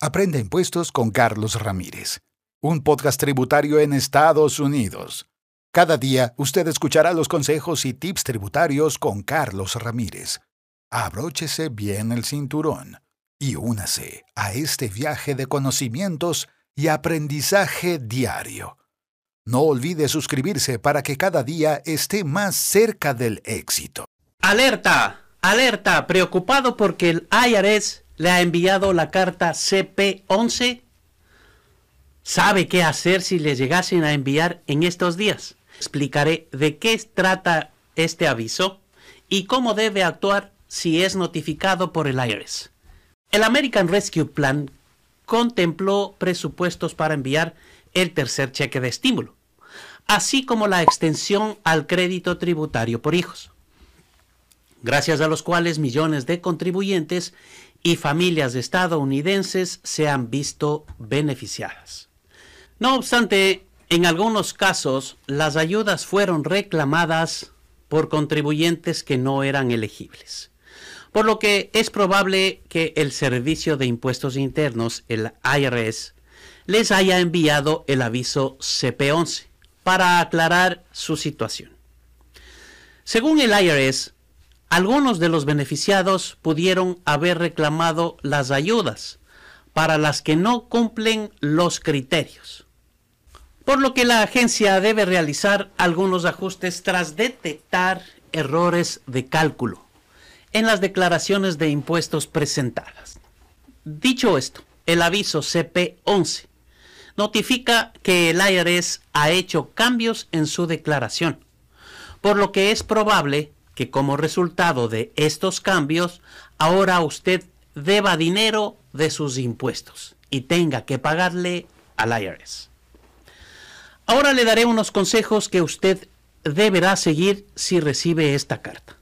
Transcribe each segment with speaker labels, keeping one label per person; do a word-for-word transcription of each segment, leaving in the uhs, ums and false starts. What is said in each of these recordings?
Speaker 1: Aprende impuestos con Carlos Ramírez, un podcast tributario en Estados Unidos. Cada día usted escuchará los consejos y tips tributarios con Carlos Ramírez. Abróchese bien el cinturón y únase a este viaje de conocimientos y aprendizaje diario. No olvide suscribirse para que cada día esté más cerca del éxito.
Speaker 2: ¡Alerta! ¡Alerta! ¿Preocupado porque el I R S le ha enviado la carta C P once? ¿Sabe qué hacer si le llegasen a enviar en estos días? Explicaré de qué trata este aviso y cómo debe actuar si es notificado por el I R S. El American Rescue Plan contempló presupuestos para enviar el tercer cheque de estímulo, así como la extensión al crédito tributario por hijos, gracias a los cuales millones de contribuyentes y familias estadounidenses se han visto beneficiadas. No obstante, en algunos casos, las ayudas fueron reclamadas por contribuyentes que no eran elegibles, por lo que es probable que el Servicio de Impuestos Internos, el I R S, les haya enviado el aviso C P once para aclarar su situación. Según el I R S, algunos de los beneficiados pudieron haber reclamado las ayudas para las que no cumplen los criterios, por lo que la agencia debe realizar algunos ajustes tras detectar errores de cálculo en las declaraciones de impuestos presentadas. Dicho esto, el aviso C P once notifica que el I R S ha hecho cambios en su declaración, por lo que es probable que como resultado de estos cambios, ahora usted deba dinero de sus impuestos y tenga que pagarle al I R S. Ahora le daré unos consejos que usted deberá seguir si recibe esta carta.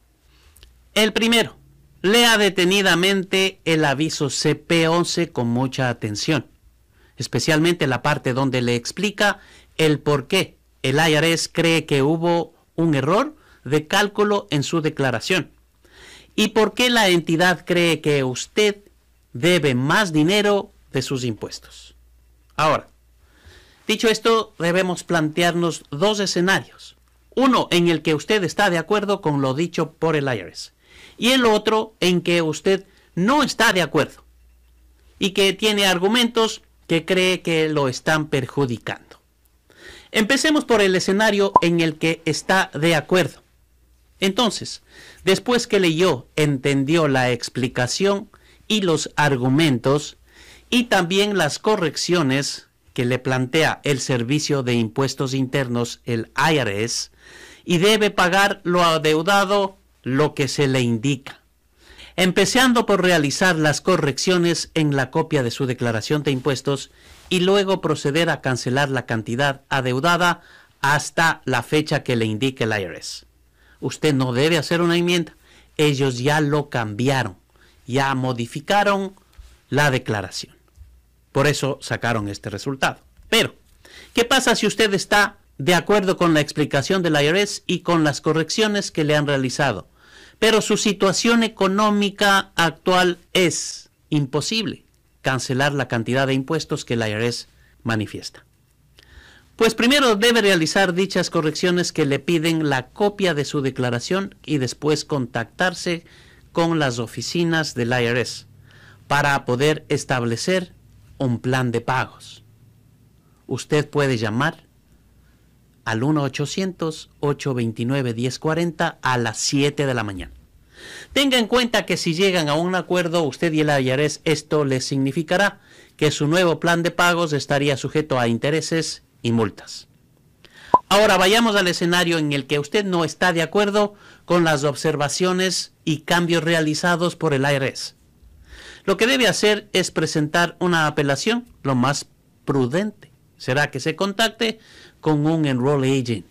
Speaker 2: El primero, lea detenidamente el aviso C P once con mucha atención, especialmente la parte donde le explica el por qué el I R S cree que hubo un error de cálculo en su declaración y por qué la entidad cree que usted debe más dinero de sus impuestos. Ahora, dicho esto, debemos plantearnos dos escenarios. Uno en el que usted está de acuerdo con lo dicho por el I R S y el otro en que usted no está de acuerdo y que tiene argumentos que cree que lo están perjudicando. Empecemos por el escenario en el que está de acuerdo. Entonces, después que leyó, entendió la explicación y los argumentos y también las correcciones que le plantea el Servicio de Impuestos Internos, el I R S, y debe pagar lo adeudado, lo que se le indica, empezando por realizar las correcciones en la copia de su declaración de impuestos y luego proceder a cancelar la cantidad adeudada hasta la fecha que le indique el I R S. Usted no debe hacer una enmienda. Ellos ya lo cambiaron, ya modificaron la declaración. Por eso sacaron este resultado. Pero, ¿qué pasa si usted está de acuerdo con la explicación del I R S y con las correcciones que le han realizado, pero su situación económica actual es imposible cancelar la cantidad de impuestos que el I R S manifiesta? Pues primero debe realizar dichas correcciones que le piden la copia de su declaración y después contactarse con las oficinas del I R S para poder establecer un plan de pagos. Usted puede llamar al uno ochocientos, ocho veintinueve, diez cuarenta a las siete de la mañana. Tenga en cuenta que si llegan a un acuerdo, usted y el I R S, esto les significará que su nuevo plan de pagos estaría sujeto a intereses y multas. Ahora vayamos al escenario en el que usted no está de acuerdo con las observaciones y cambios realizados por el I R S. Lo que debe hacer es presentar una apelación. Lo más prudente será que se contacte con un enroll agent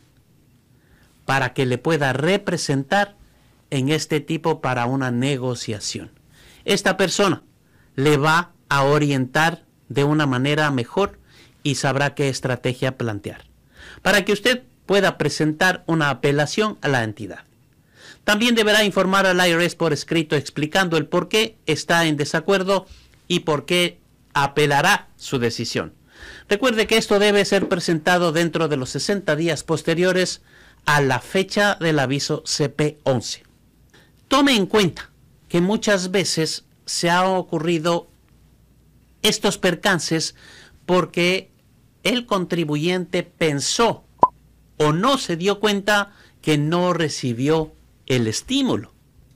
Speaker 2: para que le pueda representar en este tipo para una negociación. Esta persona le va a orientar de una manera mejor y sabrá qué estrategia plantear para que usted pueda presentar una apelación a la entidad. También deberá informar al I R S por escrito explicando el por qué está en desacuerdo y por qué apelará su decisión. Recuerde que esto debe ser presentado dentro de los sesenta días posteriores a la fecha del aviso C P once. Tome en cuenta que muchas veces se ha ocurrido estos percances porque el contribuyente pensó o no se dio cuenta que no recibió el estímulo.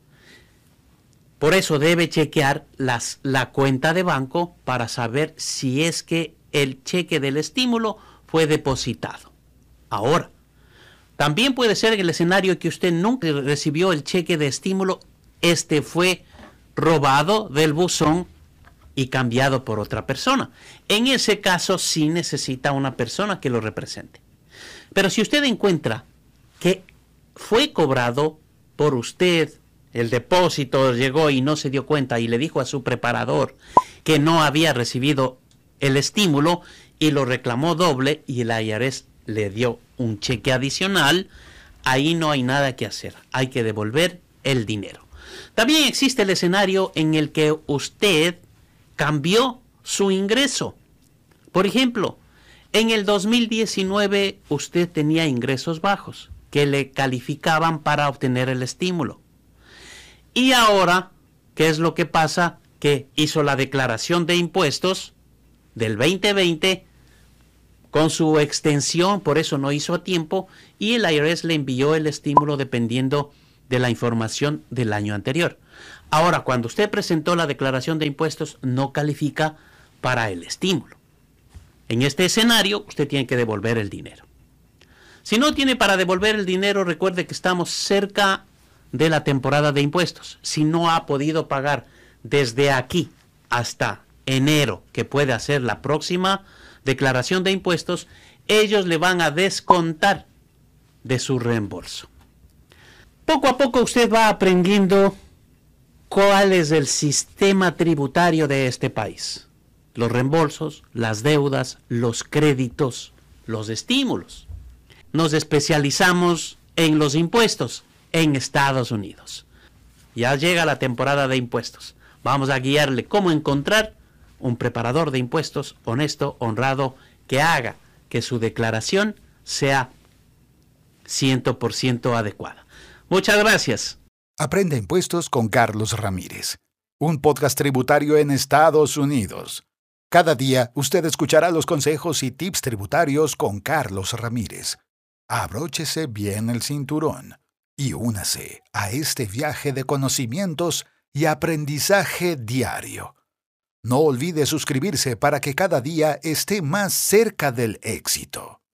Speaker 2: Por eso debe chequear las, la cuenta de banco para saber si es que el cheque del estímulo fue depositado. Ahora, también puede ser el escenario que usted nunca recibió el cheque de estímulo, este fue robado del buzón y cambiado por otra persona. En ese caso sí necesita una persona que lo represente. Pero si usted encuentra que fue cobrado por usted, el depósito llegó y no se dio cuenta y le dijo a su preparador que no había recibido el estímulo y lo reclamó doble y el I R S le dio un cheque adicional, ahí no hay nada que hacer, hay que devolver el dinero. También existe el escenario en el que usted cambió su ingreso. Por ejemplo, en el dos mil diecinueve usted tenía ingresos bajos que le calificaban para obtener el estímulo. Y ahora, ¿qué es lo que pasa? Que hizo la declaración de impuestos del veinte veinte con su extensión, por eso no hizo a tiempo, y el I R S le envió el estímulo dependiendo de la información del año anterior. Ahora, cuando usted presentó la declaración de impuestos, no califica para el estímulo. En este escenario, usted tiene que devolver el dinero. Si no tiene para devolver el dinero, recuerde que estamos cerca de la temporada de impuestos. Si no ha podido pagar desde aquí hasta enero, que puede hacer la próxima declaración de impuestos, ellos le van a descontar de su reembolso. Poco a poco usted va aprendiendo cuál es el sistema tributario de este país. Los reembolsos, las deudas, los créditos, los estímulos. Nos especializamos en los impuestos en Estados Unidos. Ya llega la temporada de impuestos. Vamos a guiarle cómo encontrar un preparador de impuestos honesto, honrado, que haga que su declaración sea cien por ciento adecuada. Muchas gracias.
Speaker 1: Aprende impuestos con Carlos Ramírez, un podcast tributario en Estados Unidos. Cada día usted escuchará los consejos y tips tributarios con Carlos Ramírez. Abróchese bien el cinturón y únase a este viaje de conocimientos y aprendizaje diario. No olvide suscribirse para que cada día esté más cerca del éxito.